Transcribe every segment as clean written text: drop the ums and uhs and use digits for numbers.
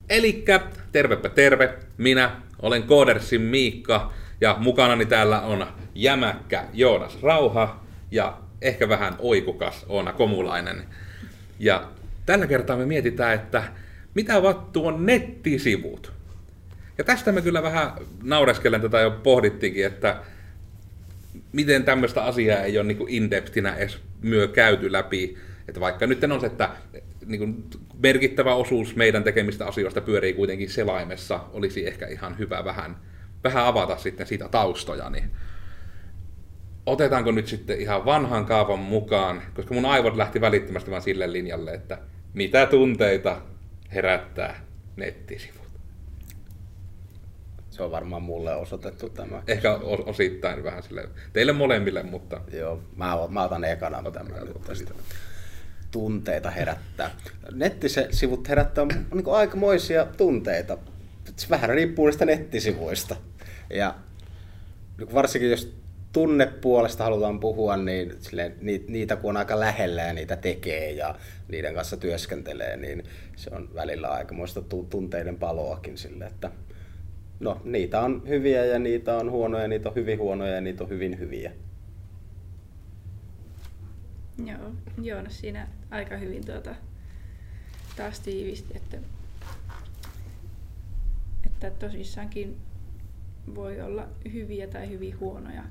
Elikkä tervepä terve, minä olen Koodersin Miikka ja mukanani täällä on jämäkkä Joonas Rauha ja ehkä vähän oikukas Oona Komulainen. Ja tällä kertaa me mietitään, että mitä vattu on nettisivut. Ja tästä me kyllä vähän naureskellen tätä jo pohdittiinkin, että miten tämmöistä asiaa ei ole niin kuin in-depthinä edes käyty läpi. Että vaikka nyt on se, että niin kuin merkittävä osuus meidän tekemistä asioista pyörii kuitenkin selaimessa, olisi ehkä ihan hyvä vähän avata sitten siitä taustoja. Niin otetaanko nyt sitten ihan vanhan kaavan mukaan, koska mun aivot lähti välittömästi vaan sille linjalle, että mitä tunteita herättää nettisivut. Se on varmaan mulle osoitettu tämä. Ehkä osittain vähän silleen, teille molemmille, mutta... Joo, mä otan ekana tämän tästä. Tunteita herättää. Nettisivut herättää niin aikamoisia tunteita. Se vähän riippuu niistä nettisivuista. Ja varsinkin jos tunnepuolesta halutaan puhua, niin silleen, niitä kun on aika lähellä ja niitä tekee ja niiden kanssa työskentelee, niin se on välillä aikamoista tunteiden paloakin sille, että no, niitä on hyviä ja niitä on huonoja, niitä on hyvin huonoja ja niitä on hyvin hyviä. Joo, Joonas siinä aika hyvin taas tiivisti, että tosissaankin voi olla hyviä tai hyvin huonoja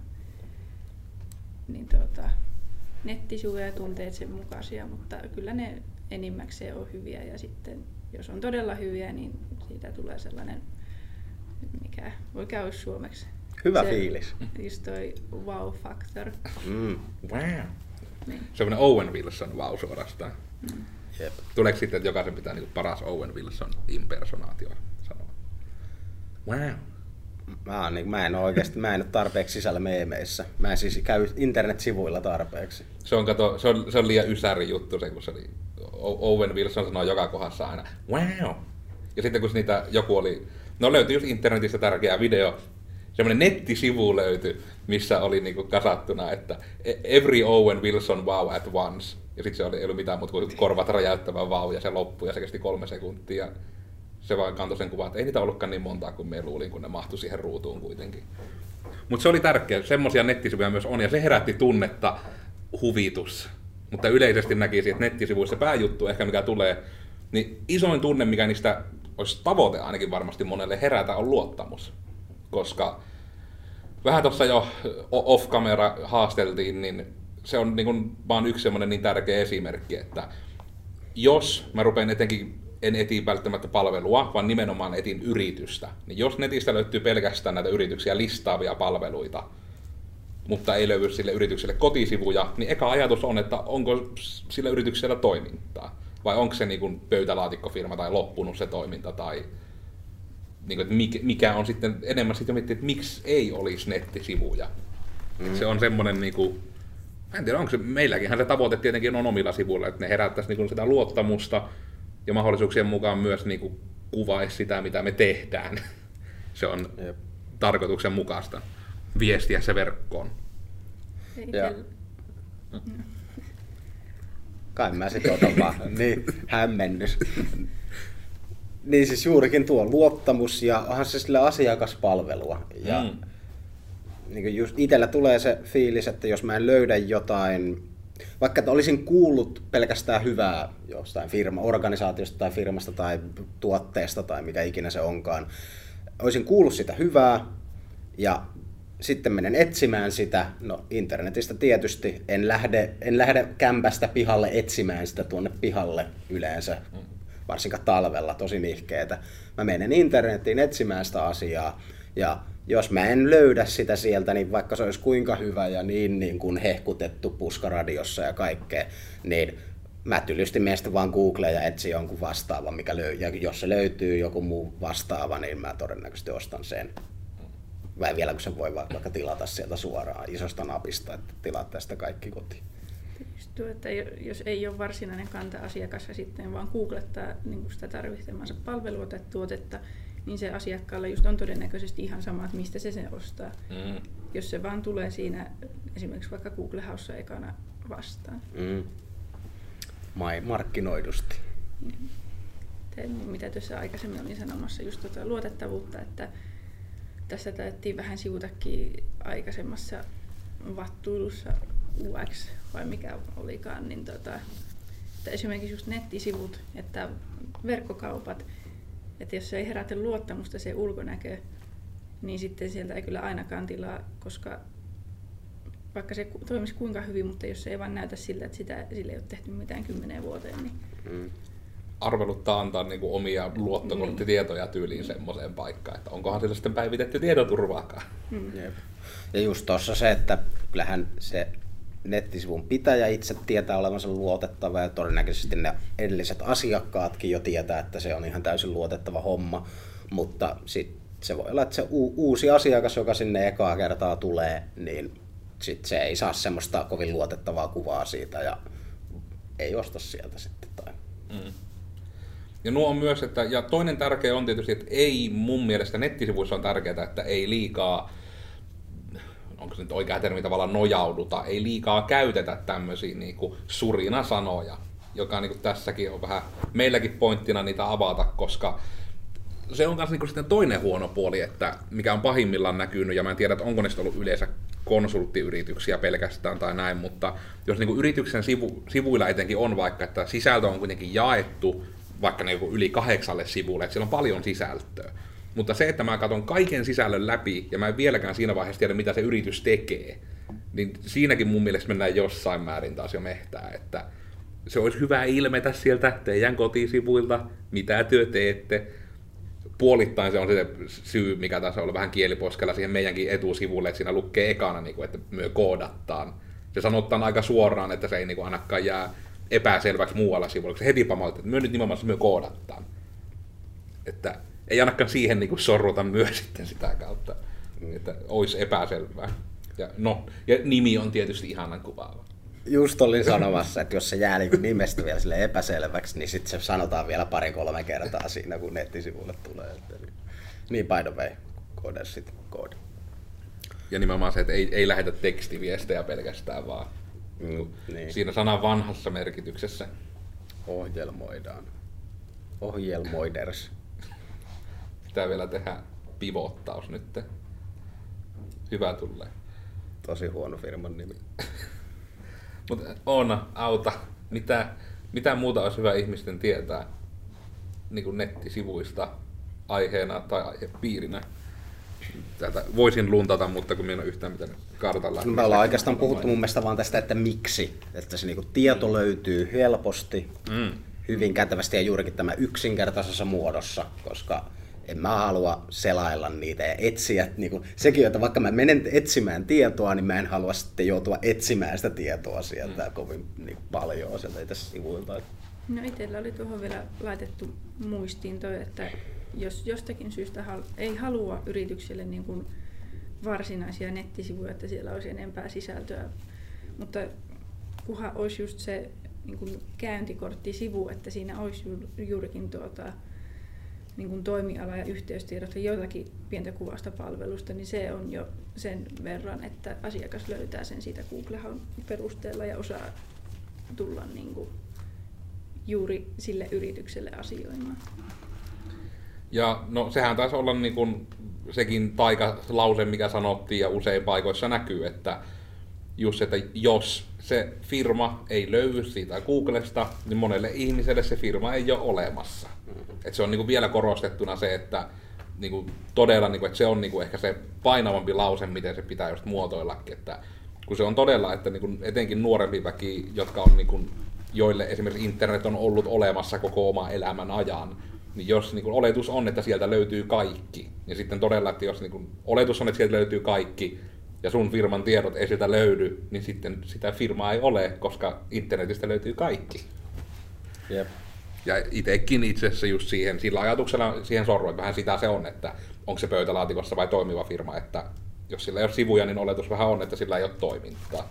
niin nettisivuja ja tunteet sen mukaisia, mutta kyllä ne enimmäkseen on hyviä ja sitten jos on todella hyviä, niin siitä tulee sellainen, mikä voi käydä suomeksi. Hyvä fiilis. Just toi wow factor. Wow. Niin. Semmoinen Owen Wilson wow suorastaan. Jep. Tuleeko sitten, että jokaisen pitää niin paras Owen Wilson impersonaatio sanoa? Wow. Mä en ole tarpeeksi sisällä meemeissä. Mä en siis käy internetsivuilla tarpeeksi. Se on liian ysäri juttu, se, kun se oli, Owen Wilson sanoo joka kohdassa aina wow. Ja sitten kun niitä joku oli, löytyi just internetistä tärkeä video, semmoinen nettisivu löytyi, missä oli niinku kasattuna, että every Owen Wilson wow at once. Ja sitten se ei ollut mitään muuta kuin korvat räjäyttävä wow ja se loppui ja se kesti 3 sekuntia. Se vaan kantoi sen kuvan, että ei niitä ollutkaan niin montaa kuin me luulin, kun ne mahtui siihen ruutuun kuitenkin. Mutta se oli tärkeä, semmoisia nettisivuja myös on ja se herätti tunnetta huvitus. Mutta yleisesti näkisin, että nettisivuissa pääjuttu ehkä mikä tulee, niin isoin tunne, mikä niistä olisi tavoite ainakin varmasti monelle herätä, on luottamus. Koska vähän tuossa jo off-camera haasteltiin, niin se on niin kuin vaan yksi semmoinen niin tärkeä esimerkki, että jos mä rupean en eti välttämättä palvelua, vaan nimenomaan etin yritystä, niin jos netistä löytyy pelkästään näitä yrityksiä listaavia palveluita, mutta ei löydy sille yritykselle kotisivuja, niin eka ajatus on, että onko sillä yrityksellä toimintaa, vai onko se niin kuin pöytälaatikkofirma tai loppunut se toiminta, tai niin kuin, että mikä on sitten enemmän sitten miettiä, että miksi ei olisi nettisivuja. Se on semmoinen, niin kuin, en tiedä, onko se meilläkinhän se tavoite tietenkin on omilla sivuilla, että ne herättäisi niin kuin sitä luottamusta ja mahdollisuuksien mukaan myös niin kuin kuvaisi sitä, mitä me tehdään. Se on tarkoituksen mukaista viestiä se verkkoon. Kai mä sit otan vaan. Niin, hämmennys. Niin siis juurikin tuo luottamus ja onhan se sillä asiakaspalvelua. Ja niin just itsellä tulee se fiilis, että jos mä en löydä jotain, vaikka että olisin kuullut pelkästään hyvää jostain organisaatiosta tai firmasta tai tuotteesta tai mikä ikinä se onkaan, olisin kuullut sitä hyvää ja sitten menen etsimään sitä, no internetistä tietysti, en lähde kämpästä pihalle etsimään sitä tuonne pihalle yleensä, varsinkaan talvella, tosi nihkeetä. Mä menen internetiin etsimään sitä asiaa ja jos mä en löydä sitä sieltä, niin vaikka se olisi kuinka hyvä ja niin kuin hehkutettu puskaradiossa ja kaikkea, niin mä tylysti meistä vaan Googleen ja etsin jonkun vastaavan, ja jos se löytyy joku muu vastaava, niin mä todennäköisesti ostan sen. Vai vielä kun sen voi vaikka tilata sieltä suoraan isosta napista, että tilaat tästä kaikki kotiin. Tuo, että jos ei ole varsinainen kanta-asiakas ja sitten vaan googlettaa niin sitä tarvitsemansa palvelua tai tuotetta, niin se asiakkaalle just on todennäköisesti ihan sama, että mistä se sen ostaa. Jos se vaan tulee siinä esimerkiksi vaikka Google-haussa ekana vastaan. Markkinoidusti. sitten, mitä tuossa aikaisemmin olin sanomassa, just luotettavuutta, että tässä taidettiin vähän sivutakin aikaisemmassa vattuilussa UX vai mikä olikaan, niin että esimerkiksi just nettisivut, että verkkokaupat, että jos se ei herätä luottamusta se ulkonäkö, niin sitten sieltä ei kyllä ainakaan tilaa, koska vaikka se toimisi kuinka hyvin, mutta jos se ei vaan näytä siltä, että sille ei ole tehty mitään 10 vuoteen, niin arveluttaa antaa niinku omia luottokorttitietoja tyyliin semmoiseen paikkaan, että onkohan sillä sitten päivitetty tietoturvaakaan. Ja just tuossa se, että kyllähän se nettisivun pitäjä itse tietää olevansa luotettava ja todennäköisesti ne edelliset asiakkaatkin jo tietää, että se on ihan täysin luotettava homma, mutta sitten se voi olla, että se uusi asiakas, joka sinne ekaa kertaa tulee, niin sitten se ei saa semmoista kovin luotettavaa kuvaa siitä ja ei osta sieltä sitten. Ja nuo on myös, että, ja toinen tärkeä on tietysti, että ei mun mielestä nettisivuissa on tärkeää, että ei liikaa, onko se nyt oikea termi tavallaan nojauduta, ei liikaa käytetä tämmöisiä niinku surinasanoja, joka niinku tässäkin on vähän meilläkin pointtina niitä avata, koska se on taas niinku sitten toinen huono puoli, että mikä on pahimmillaan näkynyt, ja mä en tiedä, että onko ne ollut yleensä konsulttiyrityksiä pelkästään tai näin, mutta jos niinku yrityksen sivuilla etenkin on vaikka, että sisältö on kuitenkin jaettu vaikka niinku yli 8 sivulle, että siellä on paljon sisältöä. Mutta se, että mä katson kaiken sisällön läpi, ja mä en vieläkään siinä vaiheessa tiedä, mitä se yritys tekee, niin siinäkin mun mielestä mennään jossain määrin taas jo mehtää, että se olisi hyvä ilmetä sieltä teidän kotisivuilta, mitä työ teette. Puolittain se on se syy, mikä tässä on ollut vähän kieliposkella siihen meidänkin etusivulle, että siinä lukee ekana, että myö koodattaan. Se sanotaan aika suoraan, että se ei ainakaan jää epäselväksi muualla sivulla, se heti pamautetaan, että myö nyt nimenomaan myö koodattaan. Että ei ainakaan siihen sorruta myös sitten sitä kautta, että olisi epäselvää. Ja nimi on tietysti ihanan kuvaava. Just olin sanomassa, että jos se jää nimestä vielä sille epäselväksi, niin sitten se sanotaan vielä 2-3 kertaa siinä, kun nettisivulle tulee. Niin by the way, koodi. Ja nimenomaan se, että ei lähetä tekstiviestejä pelkästään, vaan niin. Siinä sanan vanhassa merkityksessä. Ohjelmoidaan. Ohjelmoiders. Pitää vielä tehdä pivottaus nyt. Hyvä tulee. Tosi huono firman nimi. Mutta Oona, auta. Mitä muuta olisi hyvä ihmisten tietää niin kuin nettisivuista aiheena tai aihepiirinä? Täältä voisin luntata, mutta kun minä en ole yhtään mitään kartalla. Me ollaan oikeastaan puhuttu mun mielestä vaan tästä, että miksi. Että se niinku tieto löytyy helposti, hyvin kätevästi ja juurikin tämä yksinkertaisessa muodossa, koska en mä halua selailla niitä ja etsiä. Niinku, sekin, että vaikka mä menen etsimään tietoa, niin mä en halua sitten joutua etsimään sitä tietoa sieltä kovin niinku paljon sieltä tässä sivuilta. No itsellä oli tuohon vielä laitettu muistiin toi, että jos jostakin syystä ei halua yritykselle niin kuin varsinaisia nettisivuja, että siellä olisi enempää sisältöä, mutta kunhan olisi just se niin kuin käyntikorttisivu, että siinä olisi juurikin niin kuin toimiala ja yhteystiedot ja jotakin pientä kuvausta palvelusta, niin se on jo sen verran, että asiakas löytää sen siitä Googlehan perusteella ja osaa tulla niin kuin juuri sille yritykselle asioimaan. Ja no sehän taisi olla niin kuin sekin taikalause, mikä sanottiin ja usein paikoissa näkyy, että just että jos se firma ei löydy siitä Googlesta, niin monelle ihmiselle se firma ei ole olemassa. Et se on niin kuin vielä korostettuna se, että niin kuin todella, niin kuin, että se on niin kuin ehkä se painavampi lause, miten se pitää just muotoillakin. Että kun se on todella, että niin kuin etenkin nuorempi väki, jotka on, niin kuin, joille esimerkiksi internet on ollut olemassa koko oma elämän ajan, niin jos niin kuin oletus on, että sieltä löytyy kaikki, niin sitten todella, että jos niin kuin oletus on, että sieltä löytyy kaikki, ja sun firman tiedot ei sieltä löydy, niin sitten sitä firmaa ei ole, koska internetistä löytyy kaikki. Jep. Ja itsekin itse asiassa just sillä ajatuksella siihen sorruin, että vähän sitä se on, että onko se pöytälaatikossa vai toimiva firma, että jos sillä ei ole sivuja, niin oletus vähän on, että sillä ei ole toimintaa.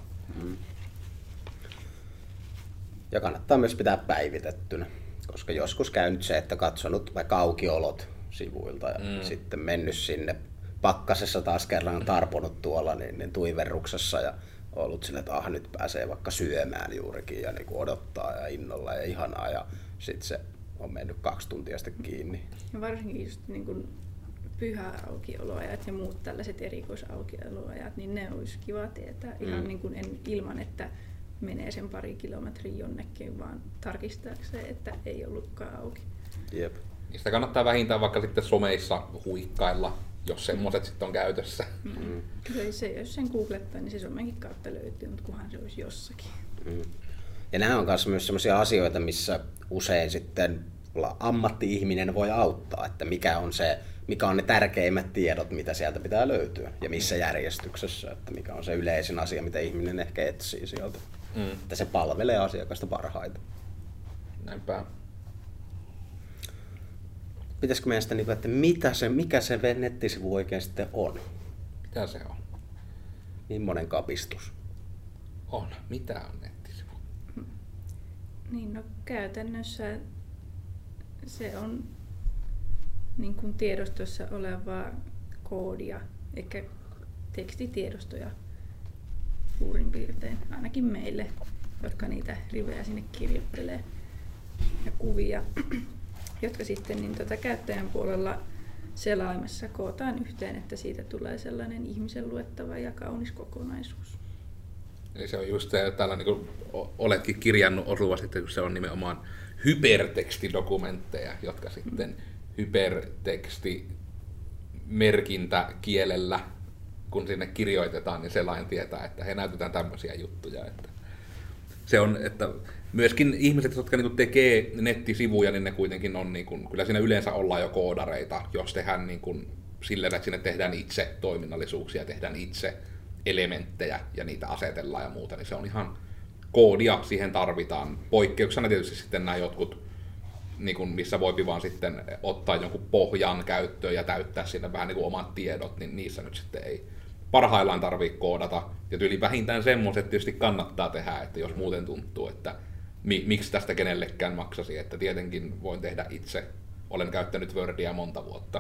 Ja kannattaa myös pitää päivitettynä, koska joskus käy nyt se, että katsonut vaikka aukiolot sivuilta ja sitten mennyt sinne pakkasessa taas kerran tarponut tuolla niin tuiverruksessa ja ollut sille, että nyt pääsee vaikka syömään juurikin ja niin odottaa ja innolla ja ihanaa ja sitten se on mennyt 2 tuntia sitten kiinni. Ja varsinkin just niin kuin pyhäaukioloajat ja muut tällaiset erikoisaukioloajat, niin ne olisi kiva tietää ihan niin kuin ilman, että menee sen 2 kilometriä jonnekin, vaan tarkistaakseen, että ei ollutkaan auki. Jep. Sitä kannattaa vähintään vaikka sitten someissa huikkailla, jos semmoiset sitten on käytössä. Se, jos sen googlettaa, niin se somenkin kautta löytyy, mutta kunhan se olisi jossakin. Ja nämä on myös sellaisia asioita, missä usein sitten ammatti-ihminen voi auttaa, että mikä on ne tärkeimmät tiedot, mitä sieltä pitää löytyä ja missä järjestyksessä, että mikä on se yleisin asia, mitä ihminen ehkä etsii sieltä. Että se palvelee asiakasta parhaiten. Näinpä. Pitäisikö meistä, että mikä se nettisivu oikein sitten on? Mitä se on? Millainen kapistus? On. Mitä on nettisivu? Niin, no käytännössä se on niin kuin tiedostossa olevaa koodia, eikä tekstitiedostoja suurin piirtein, ainakin meille, jotka niitä rivejä sinne kirjoittelee ja kuvia, jotka sitten niin käyttäjän puolella selaimessa kootaan yhteen, että siitä tulee sellainen ihmisen luettava ja kaunis kokonaisuus. Eli se on just se, että täällä niin kuin oletkin kirjannut osuvasti, kun se on nimenomaan hypertekstidokumentteja, jotka sitten hypertekstimerkintäkielellä, kun sinne kirjoitetaan, niin selain tietää, että he näytetään tämmöisiä juttuja. Että se on, että myöskin ihmiset, jotka niin tekee nettisivuja, niin ne kuitenkin on, niin kuin, kyllä siinä yleensä ollaan jo koodareita, jos tehdään niin kuin, silleen, että sinne tehdään itse toiminnallisuuksia, tehdään itse elementtejä ja niitä asetellaan ja muuta, niin se on ihan koodia, siihen tarvitaan. Poikkeuksena tietysti sitten nämä jotkut, niin kuin missä voi vaan sitten ottaa jonkun pohjan käyttöön ja täyttää sinne vähän niin kuin omat tiedot, niin niissä nyt sitten ei parhaillaan tarvitse koodata. Ja tyyli vähintään semmoiset tietysti kannattaa tehdä, että jos muuten tuntuu, että miksi tästä kenellekään maksasi, että tietenkin voin tehdä itse. Olen käyttänyt Wordia monta vuotta.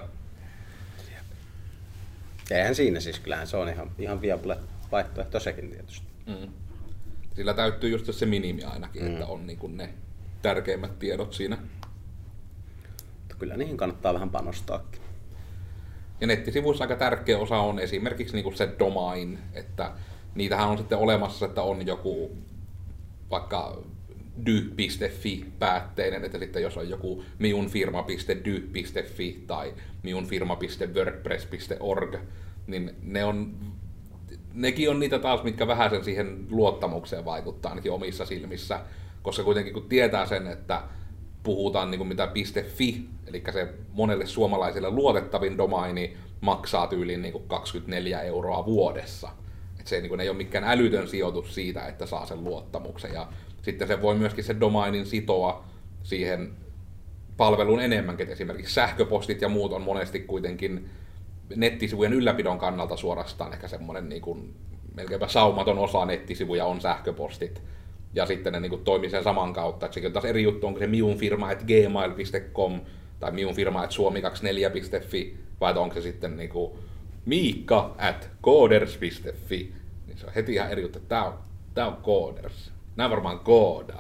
Eihän siinä siis, kyllähän se on ihan viable vaihtoehto sekin tietysti. Sillä täytyy just se minimi ainakin, että on niin kuin ne tärkeimmät tiedot siinä. Kyllä niihin kannattaa vähän panostaakin. Ja nettisivuissa aika tärkeä osa on esimerkiksi niin kuin se domain, että niitähän on sitten olemassa, että on joku vaikka dy.fi-päätteinen, että sitten jos on joku miunfirma.dy.fi tai miunfirma.wordpress.org, niin nekin on niitä taas, mitkä vähän sen siihen luottamukseen vaikuttaa ainakin omissa silmissä, koska kuitenkin kun tietää sen, että puhutaan niin kuin mitä .fi, eli se monelle suomalaiselle luotettavin domaini maksaa tyyliin niin kuin 24 € vuodessa. Et se niin ei ole mikään älytön sijoitus siitä, että saa sen luottamuksen. Ja sitten se voi myöskin se domainin sitoa siihen palveluun enemmänkin. Et esimerkiksi sähköpostit ja muut on monesti kuitenkin nettisivujen ylläpidon kannalta suorastaan ehkä semmoinen niin kuin melkeinpä saumaton osa nettisivuja on sähköpostit. Ja sitten ne niin kuin toimii sen saman kautta. Et sekin on taas eri juttu, onko se miunfirma@gmail.com tai miunfirma@suomi24.fi vai onko se sitten niin kuin miikka@coders.fi. Niin se on heti ihan eri juttu. Tää on Coders. Nää varmaan koodaa.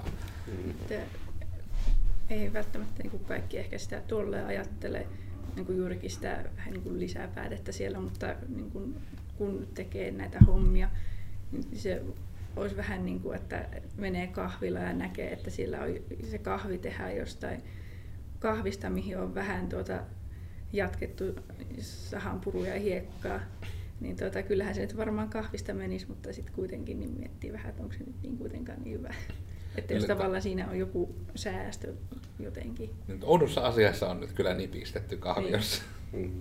Ei välttämättä niin kuin kaikki ehkä sitä tolleen ajattele, niin kuin juurikin sitä vähän niin kuin lisäpäätettä siellä, mutta niin kuin, kun tekee näitä hommia, niin se olisi vähän niin kuin, että menee kahvilla ja näkee, että siellä on, se kahvi tehdään jostain kahvista, mihin on vähän jatkettu sahanpuruja ja hiekkaa. Niin kyllähän se nyt varmaan kahvista menisi, mutta sitten kuitenkin niin miettii vähän, että onko se nyt niin kuitenkaan niin hyvä. Että jos tavallaan siinä on joku säästö jotenkin. Nyt oudossa asiassa on nyt kyllä nipistetty kahviossa. Niin.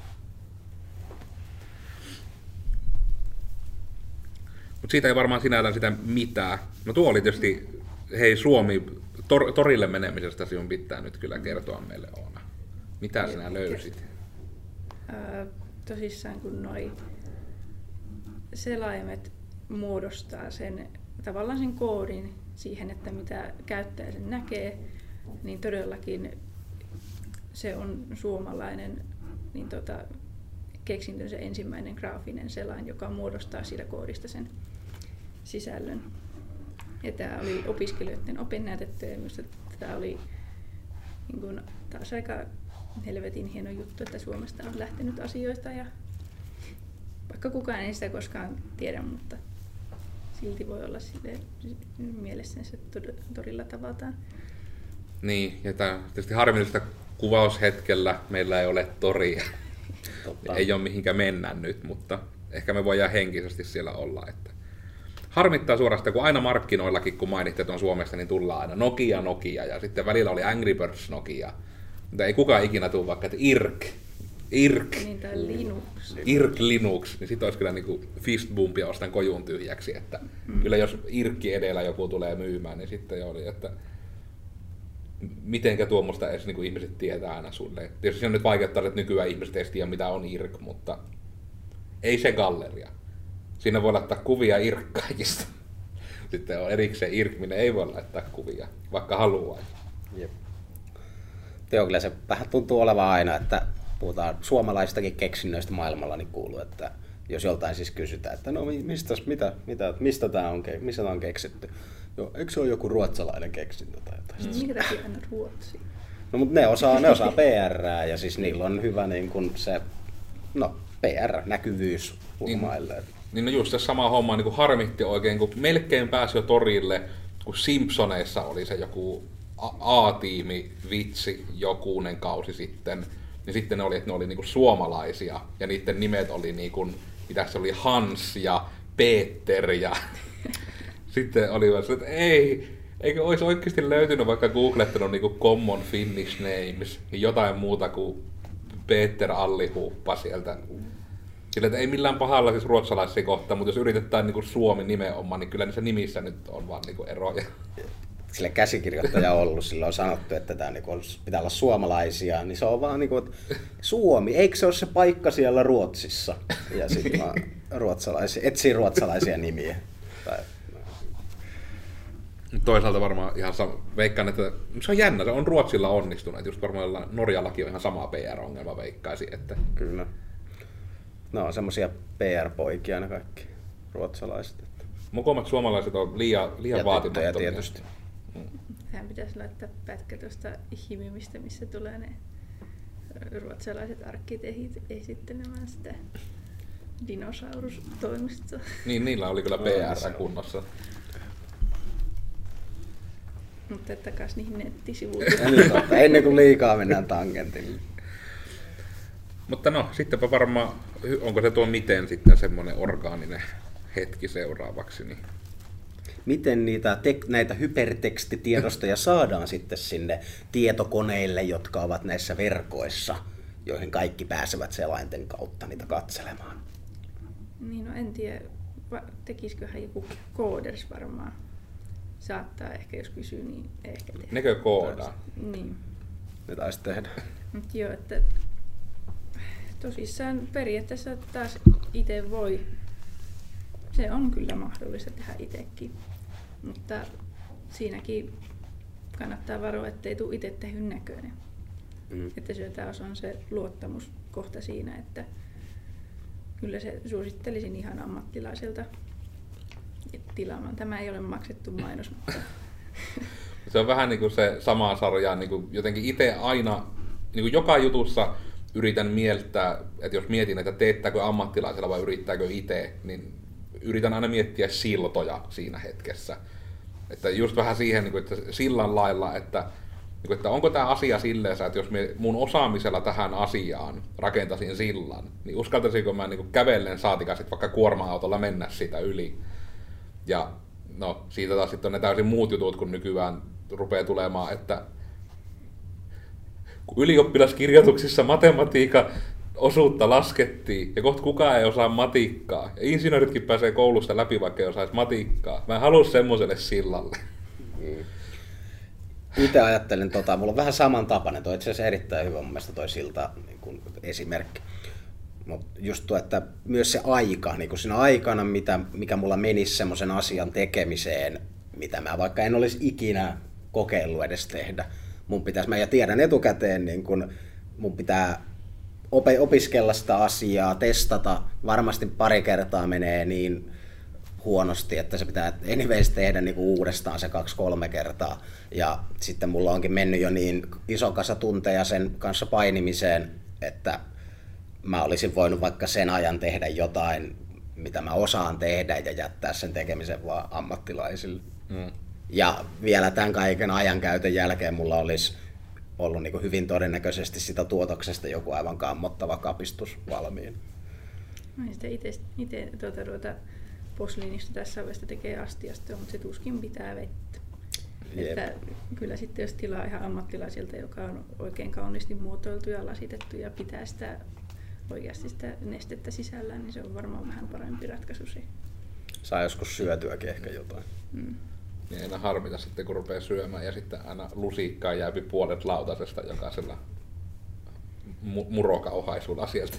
Mutta siitä ei varmaan sinällään sitä mitään. No tuo oli tietysti, hei Suomi, torille menemisestä sinun pitää nyt kyllä kertoa meille Oona. Mitä sinä löysit? Tosissaan kun noi selaimet muodostaa sen, tavallaan sen koodin siihen, että mitä käyttäjä sen näkee, niin todellakin se on suomalainen niin keksintönsä ensimmäinen graafinen selain, joka muodostaa siitä koodista sen sisällön. Ja tämä oli opiskelijoiden opinnäytetty ja minusta tämä oli niin kun taas aika helvetin hieno juttu, että Suomesta on lähtenyt asioita ja vaikka kukaan ei sitä koskaan tiedä, mutta silti voi olla silleen mielessänsä torilla tavataan. Niin, ja tietysti harmillista kuvaushetkellä meillä ei ole toria. Ei ole mihinkä mennä nyt, mutta ehkä me voidaan henkisesti siellä olla. Että harmittaa suorastaan, kun aina markkinoillakin, kun mainitte, että on Suomesta, niin tullaan aina Nokia, ja sitten välillä oli Angry Birds Nokia. Mutta ei kukaan ikinä tule vaikka, että IRC. Niin, tai Linux. IRC Linux, niin sitten olisi kyllä niin kuin fistbumpia ostan kojun tyhjäksi. Että kyllä jos IRC edellä joku tulee myymään, niin sitten jo oli, että mitenkä tuommoista edes niin kuin ihmiset tietää aina sulle. Tietysti se on nyt vaikeuttaa, että nykyään ihmiset ei tiedä, mitä on IRC, mutta ei se galleria. Siinä voi laittaa kuvia IRC kaikista. Sitten on erikseen IRC, minne ei voi laittaa kuvia, vaikka haluaa. Jep. Joo, kyllä se vähän tuntuu olevan aina, että puhutaan suomalaistakin keksinnöistä maailmalla, niin kuuluu, että jos joltain siis kysytään, että no mistä tämä on keksitty? Joo, eikö se ole joku ruotsalainen keksintö tai jotain? Minkä takia aina Ruotsi? No, mutta ne osaa PR:ää ja siis niillä on hyvä niin kuin se, PR, näkyvyys ulkomaille. Niin no just se sama homma niin kuin harmitti oikein, kun melkein pääsi jo torille, kun Simpsoneissa oli se joku A-tiimi vitsi jokunen kausi sitten, niin sitten ne oli niin kuin suomalaisia ja niiden nimet oli niin kuin, mitä se oli, Hans ja Peter ja sitten oli vaan että eikö olisi oikeasti löytynyt vaikka googlettanut niin kuin common Finnish names, niin jotain muuta kuin Peter Allihuuppa sieltä. Sillä että ei millään pahalla siis ruotsalaisia kohtaan, mutta jos yritetään niin kuin Suomi nimenomaan, niin kyllä niissä nimissä nyt on vaan niin kuin eroja. Sille käsikirjoittaja on ollut, sillä on sanottu, että tämä niin pitää olla suomalaisia, niin se on vaan niin kuin, että Suomi, eikö se ole se paikka siellä Ruotsissa? Ja sitten etsii ruotsalaisia nimiä. Toisaalta varmaan ihan veikkaan, että se on jännä, se on Ruotsilla onnistunut, just varmaan Norjallakin on ihan sama PR-ongelma veikkaisi. Että kyllä. No on semmosia PR-poikia ne kaikki ruotsalaiset. Mokomat suomalaiset on liian vaatimattomia. Tietysti. Tähän pitäisi laittaa pätkä tuosta Himimistä, missä tulee ne ruotsalaiset arkkitehit esittelemään sitä dinosaurustoimistoa. Niin, niillä oli kyllä PR kunnossa. Mutta takaisin niihin nettisivuille. Ennen kuin liikaa mennään tangentille. Mutta no, sittenpä varmaan, onko se tuo miten sitten semmoinen orgaaninen hetki seuraavaksi? Niin miten näitä hypertekstitiedostoja saadaan sitten sinne tietokoneille, jotka ovat näissä verkoissa, joihin kaikki pääsevät selainten kautta niitä katselemaan? Niin, no en tiedä, tekisiköhän joku kooders varmaan. Saattaa ehkä, jos kysyy, niin ehkä tehdä. Nekö koodaa? Niin. Ne taisi tehdä. Mut joo, että tosissaan periaatteessa taas itse voi. Se on kyllä mahdollista tehdä itsekin, mutta siinäkin kannattaa varoa, ettei tule itse tehyn näköinen. Että se taas on se luottamuskohta siinä, että kyllä se suosittelisin ihan ammattilaiselta tilaamaan. Tämä ei ole maksettu mainos, mutta se on vähän niin kuin se sama sarja, niin kuin jotenkin itse aina, niin kuin joka jutussa yritän mieltää, että jos mietin, että teettääkö ammattilaisella vai yrittääkö itse, niin yritän aina miettiä siltoja siinä hetkessä. Että just vähän siihen, että sillan lailla, että onko tämä asia silleen, että jos mun osaamisella tähän asiaan rakentaisin sillan, niin uskaltaisinko mä niin kävellen saatika sit vaikka kuorma-autolla mennä siitä yli. Ja no, siitä taas sitten on ne täysin muut jutut, kun nykyään rupeaa tulemaan, että kun ylioppilaskirjoituksissa matematiikan osuutta laskettiin, ja kohta kukaan ei osaa matikkaa, ja insinööritkin pääsee koulusta läpi, vaikka ei osaisi matikkaa. Mä en halua semmoiselle sillalle. Itse ajattelen, mulla on vähän samantapainen, toi itse asiassa erittäin hyvä mun mielestä toi silta niin kuin esimerkki. Mutta just tuo, että myös se aika, niin kuin siinä aikana, mikä mulla menisi semmoisen asian tekemiseen, mitä mä vaikka en olisi ikinä kokeillut edes tehdä. Mä tiedän etukäteen, niin kun mun pitää opiskella sitä asiaa, testata, varmasti pari kertaa menee niin huonosti, että se pitää anyways tehdä niinku uudestaan se 2-3 kertaa. Ja sitten mulla onkin mennyt jo niin iso kasa tunteja sen kanssa painimiseen, että mä olisin voinut vaikka sen ajan tehdä jotain, mitä mä osaan tehdä ja jättää sen tekemisen vaan ammattilaisille. Ja vielä tämän kaiken ajankäytön jälkeen mulla olisi ollut niin hyvin todennäköisesti sitä tuotoksesta joku aivan kammottava kapistus valmiin. Mä en sitä itse posliinista tässä vaiheessa tekee astiasta, mutta se tuskin pitää vettä. Että kyllä sitten jos tilaa ihan ammattilaisilta, joka on oikein kauniisti muotoiltu ja lasitettu ja pitää sitä oikeasti sitä nestettä sisällään, niin se on varmaan vähän parempi ratkaisu se. Saa joskus syötyäkin ehkä jotain. Niin aina harmita sitten, kun rupeaa syömään ja sitten aina lusikkaan jääpi puolet lautasesta jokaisella murokauhaisuudella sieltä.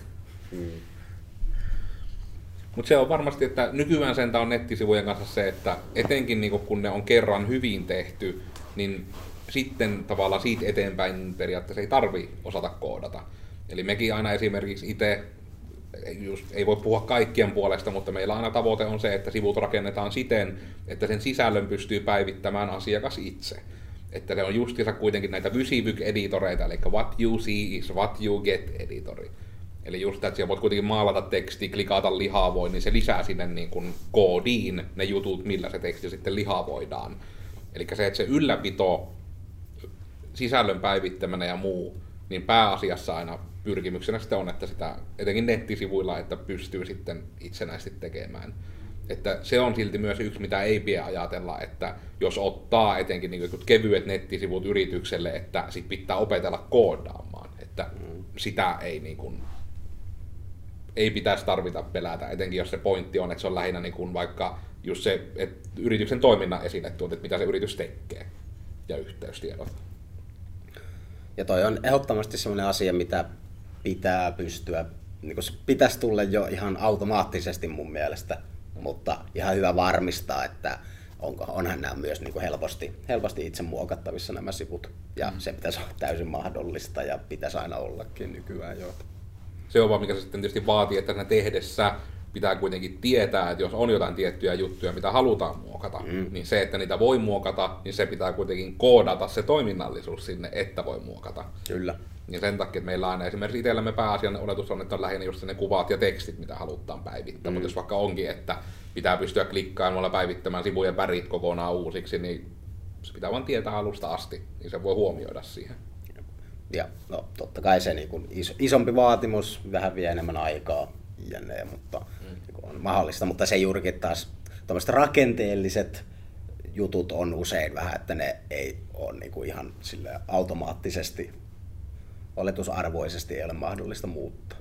Mutta se on varmasti, että nykyään sentään on nettisivujen kanssa se, että etenkin niin kun ne on kerran hyvin tehty, niin sitten tavallaan siitä eteenpäin periaatteessa ei tarvi osata koodata. Eli mekin aina esimerkiksi itse, ei voi puhua kaikkien puolesta, mutta meillä aina tavoite on se, että sivut rakennetaan siten, että sen sisällön pystyy päivittämään asiakas itse. Että se on justiinsa kuitenkin näitä Vysivyg-editoreita, eli what you see is what you get-editori. Eli just, että siellä voit kuitenkin maalata tekstiä, klikata lihavoin, niin se lisää sinne niin kuin koodiin ne jutut, millä se teksti sitten lihavoidaan. Eli se, että se ylläpito, sisällön päivittäminen ja muu, niin pääasiassa aina pyrkimyksenä sitten on, että sitä etenkin nettisivuilla, että pystyy sitten itsenäisesti tekemään. Että se on silti myös yksi, mitä ei pidä ajatella, että jos ottaa etenkin niin kevyet nettisivut yritykselle, että sit pitää opetella koodaamaan. Että sitä ei, niin kuin, ei pitäisi tarvita pelätä, etenkin jos se pointti on, että se on lähinnä niin kuin vaikka just se, että yrityksen toiminnan esille tuot, että mitä se yritys tekee ja yhteystiedot. Ja toi on ehdottomasti sellainen asia, mitä pitää pystyä, niin se pitäisi tulla jo ihan automaattisesti mun mielestä, mutta ihan hyvä varmistaa, että onhan nämä myös niin kuin helposti itse muokattavissa nämä sivut. Ja se pitäisi olla täysin mahdollista ja pitäisi aina ollakin nykyään jo. Se on vaan, mikä se sitten tietysti vaatii, että siinä tehdessä pitää kuitenkin tietää, että jos on jotain tiettyjä juttuja, mitä halutaan muokata, niin se, että niitä voi muokata, niin se pitää kuitenkin koodata se toiminnallisuus sinne, että voi muokata. Kyllä. Ja sen takia, että meillä aina esimerkiksi itsellämme pääasiallinen oletus on, että on lähinnä just ne kuvat ja tekstit, mitä halutaan päivittää. Mutta jos vaikka onkin, että pitää pystyä klikkaamaan ja päivittämään sivujen värit kokonaan uusiksi, niin se pitää vaan tietää alusta asti, niin se voi huomioida siihen. Ja no, totta kai se niin kuin isompi vaatimus vähän vie enemmän aikaa, jne, mutta on mahdollista. Mutta se juurikin taas tämmöiset rakenteelliset jutut on usein vähän, että ne ei ole niin kuin ihan sille automaattisesti, oletusarvoisesti ei ole mahdollista muuttaa.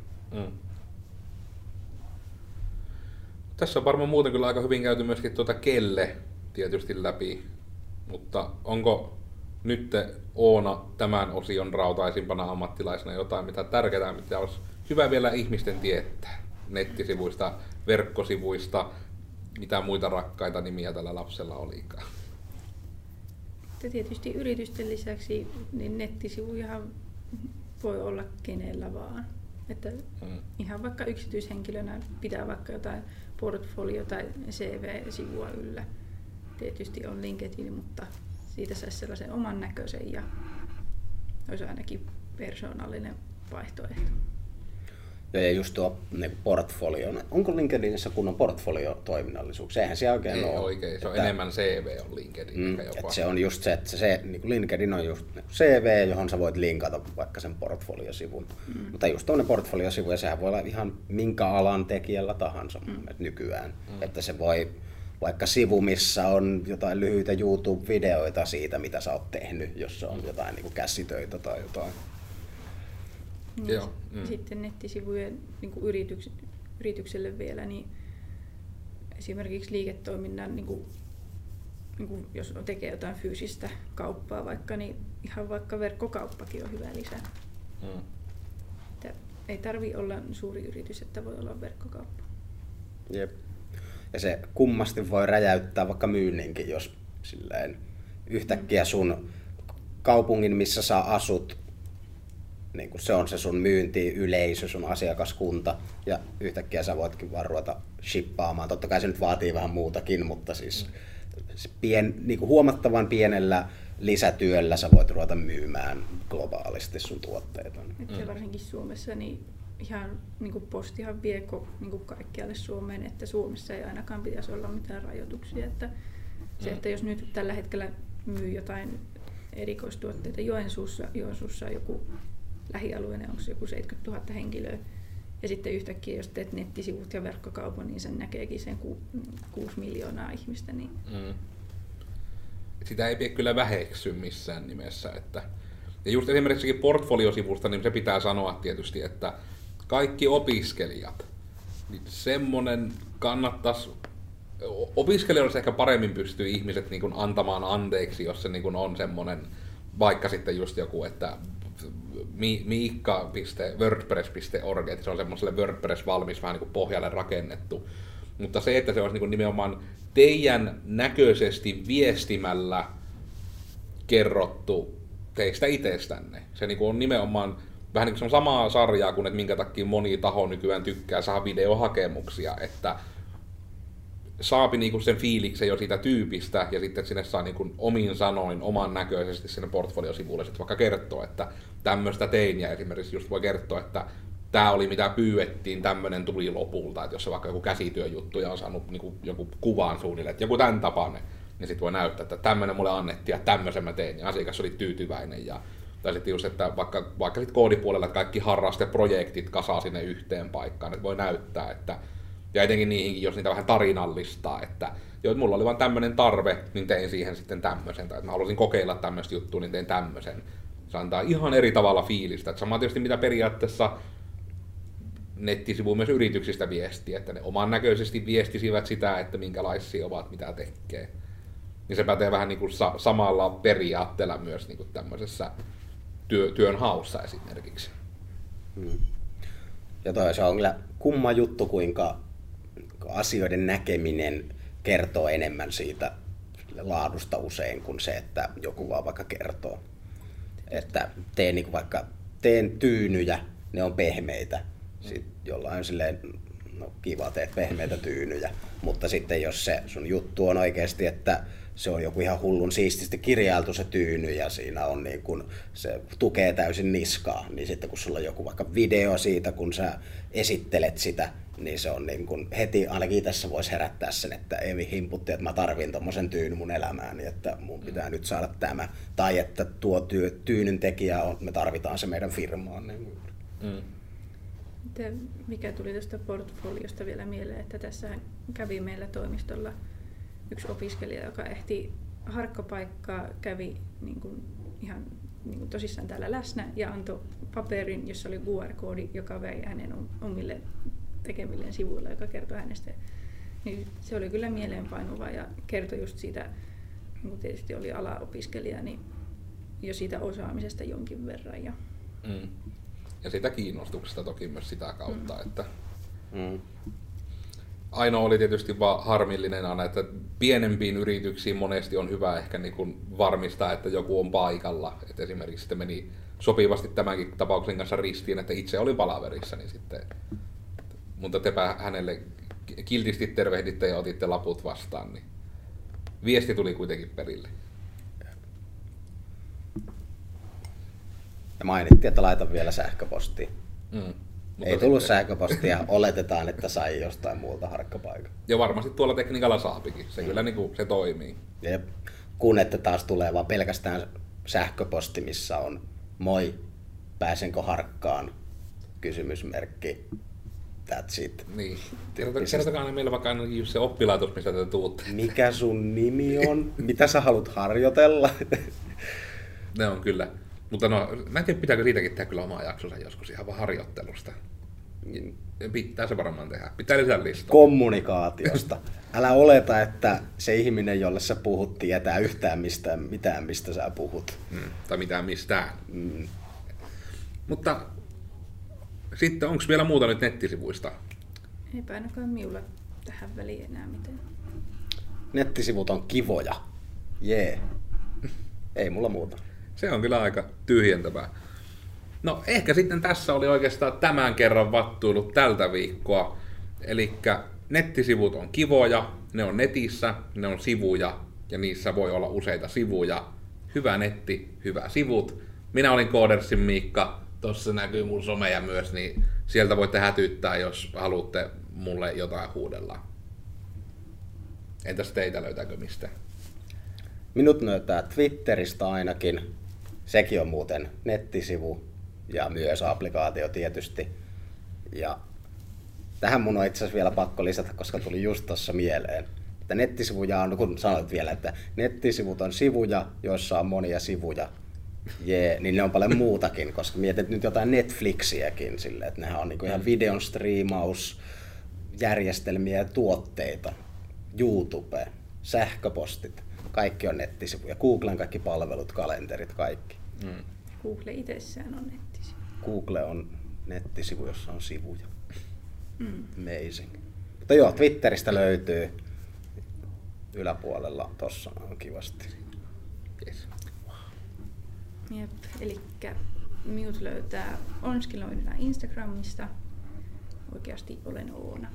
Tässä on varmaan muuten kyllä aika hyvin käyty myöskin kelle tietysti läpi, mutta onko nyt Oona tämän osion rautaisimpana ammattilaisena jotain, mitä tärkeää, mitä olisi hyvä vielä ihmisten tietää nettisivuista, verkkosivuista, mitä muita rakkaita nimiä tällä lapsella olikaan? Tietysti yritysten lisäksi niin nettisivujahan voi olla kenellä vaan. Että ihan vaikka yksityishenkilönä pitää vaikka jotain portfolio- tai CV-sivua yllä. Tietysti on LinkedIn, mutta siitä saisi sellaisen oman näköisen ja olisi ainakin persoonallinen vaihtoehto. Ja just tuo portfolio. Onko LinkedInissä kunnon portfolio-toiminnallisuuksia? Eihän se oikein ole. Oikein, se on enemmän CV on LinkedIn. Että se on just se, että niin LinkedIn on just CV, johon sä voit linkata vaikka sen portfoliosivun. Mutta just tuollainen portfoliosivu, ja sehän voi olla ihan minkä alan tekijällä tahansa nykyään. Että se voi vaikka sivu, missä on jotain lyhyitä YouTube-videoita siitä, mitä sä oot tehnyt, jos se on jotain niin kuin käsitöitä tai jotain. Joo. Sitten nettisivujen niin kuin yritykselle vielä, niin esimerkiksi liiketoiminnan, niin kuin, jos tekee jotain fyysistä kauppaa vaikka, niin ihan vaikka verkkokauppakin on hyvä lisä. Ei tarvitse olla suuri yritys, että voi olla verkkokauppa. Jep. Ja se kummasti voi räjäyttää vaikka myynninkin, jos silleen yhtäkkiä sun kaupungin, missä sä asut, niin kun se on se sun myyntiyleisö, sun asiakaskunta, ja yhtäkkiä sä voitkin vaan ruveta shippaamaan. Totta kai se nyt vaatii vähän muutakin, mutta siis niin kuin huomattavan pienellä lisätyöllä sä voit ruveta myymään globaalisti sun tuotteita. Ja varsinkin Suomessa niin ihan niin kuin postihan vie niin kuin kaikkialle Suomeen, että Suomessa ei ainakaan pitäisi olla mitään rajoituksia. Että se, että jos nyt tällä hetkellä myy jotain erikoistuotteita Joensuussa on joku lähialueinen, onko se joku 70 000 henkilöä, ja sitten yhtäkkiä jos teet nettisivut ja verkkokaupan, niin sen näkeekin sen 6 miljoonaa ihmistä. Niin sitä ei pidä kyllä väheksy missään nimessä. Ja just esimerkiksi portfoliosivusta, niin se pitää sanoa tietysti, että kaikki opiskelijat, niin semmoinen kannattaisi, opiskelijoille ehkä paremmin pystyy ihmiset niin kuin antamaan anteeksi, jos se niin kuin on semmoinen, vaikka sitten just joku, että miikka.wordpress.org, että se on semmoiselle WordPress valmis vähän niin kuin pohjalle rakennettu. Mutta se, että se olisi niin kuin nimenomaan teidän näköisesti viestimällä kerrottu teistä itsestänne. Se niin kuin on nimenomaan vähän niin kuin samaa sarjaa kuin, että minkä takia moni taho nykyään tykkää saada videohakemuksia, että saapi niinku sen fiiliksen jo siitä tyypistä, ja sitten sinne saa niinku omin sanoin, oman näköisesti sinne portfoliosivuille sitten vaikka kertoa, että tämmöistä tein, ja esimerkiksi just voi kertoa, että tämä oli mitä pyydettiin, tämmöinen tuli lopulta, että jos se vaikka joku käsityöjuttu ja on saanut niinku joku kuvan suunnilleen, että joku tämän tapainen, niin sitten voi näyttää, että tämmöinen mulle annettiin ja tämmöisen mä tein, ja asiakas oli tyytyväinen. Tai sitten just, että vaikka sitten koodipuolella kaikki harrasteprojektit kasaa sinne yhteen paikkaan, että voi näyttää, että ja etenkin niihinkin, jos niitä vähän tarinallistaa, että joo, mulla oli vaan tämmöinen tarve, niin tein siihen sitten tämmöisen, tai että mä halusin kokeilla tämmöistä juttua, niin tein tämmöisen. Se antaa ihan eri tavalla fiilistä. Että sama tietysti mitä periaatteessa nettisivu myös yrityksistä viestiä, että ne oman näköisesti viestisivät sitä, että minkälaisia ovat, mitä tekee. Niin se pätee vähän niin kuin samalla periaatteella myös niin kuin tämmöisessä työnhaussa esimerkiksi. Ja toi se on kyllä kumma juttu, kuinka asioiden näkeminen kertoo enemmän siitä laadusta usein kuin se, että joku vaan vaikka kertoo. Että teen tyynyjä, ne on pehmeitä. Sitten jollain on silleen, no kiva, teet pehmeitä tyynyjä. Mutta sitten jos se sun juttu on oikeasti, että se on joku ihan hullun siististi kirjailtu se tyyny ja siinä on niin kun se tukee täysin niskaa, niin sitten kun sulla on joku vaikka video siitä, kun sä esittelet sitä, niin se on niin kun heti, ainakin tässä voisi herättää sen, että ei himputti, että mä tarvin tommosen tyynyn mun elämääni, että mun pitää nyt saada tämä. Tai että tuo tyynyn tekijä on, me tarvitaan se meidän firmaan. Niin. Mikä tuli tuosta portfoliosta vielä mieleen, että tässä kävi meillä toimistolla yksi opiskelija, joka ehti harkkapaikkaa, kävi niin kuin ihan niin kuin tosissaan täällä läsnä ja antoi paperin, jossa oli QR-koodi, joka vei hänen omille tekemilleen sivuille, joka kertoi hänestä. Niin se oli kyllä mieleenpainuva ja kertoi just siitä, kun tietysti oli alaopiskelija, niin jo siitä osaamisesta jonkin verran. Ja sitä kiinnostuksesta toki myös sitä kautta, että ainoa oli tietysti vaan harmillinen aina, että pienempiin yrityksiin monesti on hyvä ehkä niin kuin varmistaa, että joku on paikalla. Että esimerkiksi sitten meni sopivasti tämänkin tapauksen kanssa ristiin, että itse oli palaverissa, niin sitten, mutta tepä hänelle kiltisti tervehditte ja otitte laput vastaan, niin viesti tuli kuitenkin perille. Ja mainittiin, että laitan vielä sähköpostia. Ei tullut sähköpostia, oletetaan, että sai jostain muulta harkkapaikan. Ja varmasti tuolla tekniikalla saapikin, se kyllä niin kuin, se toimii. Ja kun että taas tulee vaan pelkästään sähköposti, missä on moi, pääsenkö harkkaan, kysymysmerkki, that's it. Niin, kertokaa aina meillä vaikka ainakin just se oppilaitos, mistä te tuutte. Mikä sun nimi on? Mitä sä haluat harjoitella? Ne on kyllä. Mutta no, mä en tiedä, pitääkö siitäkin tehdä kyllä omaa jaksonsa joskus ihan vaan harjoittelusta. Pitää se varmaan tehdä. Pitää lisätä listaa. Kommunikaatiosta. Älä oleta, että se ihminen, jolle sä puhut, tietää yhtään mitään, mistä sä puhut. Tai mitään mistään. Mutta sitten onko vielä muuta nyt nettisivuista? Eipä ainakaan minulla tähän väliin enää mitään. Nettisivut on kivoja. Jee. Ei mulla muuta. Se on kyllä aika tyhjentävää. No ehkä sitten tässä oli oikeastaan tämän kerran vattuilut tältä viikkoa. Elikkä nettisivut on kivoja, ne on netissä, ne on sivuja ja niissä voi olla useita sivuja. Hyvä netti, hyvä sivut. Minä olin Koodersin Miikka, tossa näkyy mun someja myös, niin sieltä voitte hätyttää, jos haluatte mulle jotain huudella. Entäs teitä, löytääkö mistä? Minut löytää Twitteristä ainakin. Sekin on muuten nettisivu ja myös applikaatio tietysti. Ja tähän mun on itse asiassa vielä pakko lisätä, koska tuli just tuossa mieleen. Että nettisivuja on, kun sanoit vielä, että nettisivut on sivuja, joissa on monia sivuja. Jee, niin ne on paljon muutakin, koska mietit nyt jotain Netflixiäkin silleen, että nehän on niinku ihan videon striimausjärjestelmiä ja tuotteita. YouTube, sähköpostit, kaikki on nettisivuja. Googlen kaikki palvelut, kalenterit, kaikki. Google itsessään on nettisivu. Google on nettisivu, jossa on sivuja. Amazing. Mutta joo, Twitteristä löytyy yläpuolella, tossa on kivasti. Yes. Jep, elikkä minut löytää Onskiloinina Instagramista. Oikeasti olen Oona.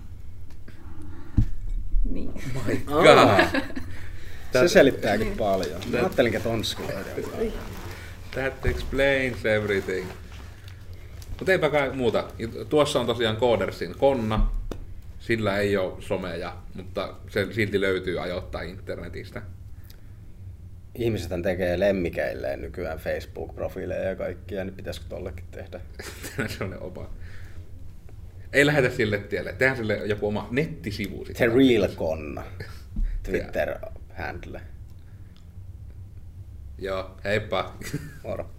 Niin. My God. Se selittääkin paljon. Mä ajattelin, että Onskiloinen. That explains everything. Mutta eipä kai muuta. Tuossa on tosiaan Koodersin Konna. Sillä ei ole someja, mutta se silti löytyy ajoittain internetistä. Ihmisethän tekee lemmikeilleen nykyään Facebook-profiileja ja kaikkia, niin pitäisikö tollekin tehdä? Se on ne oma. Ei lähetä sille tielle. Tehdään sille joku oma nettisivu. The Real Konna. Twitter-handle. Joo, heippa. Moro.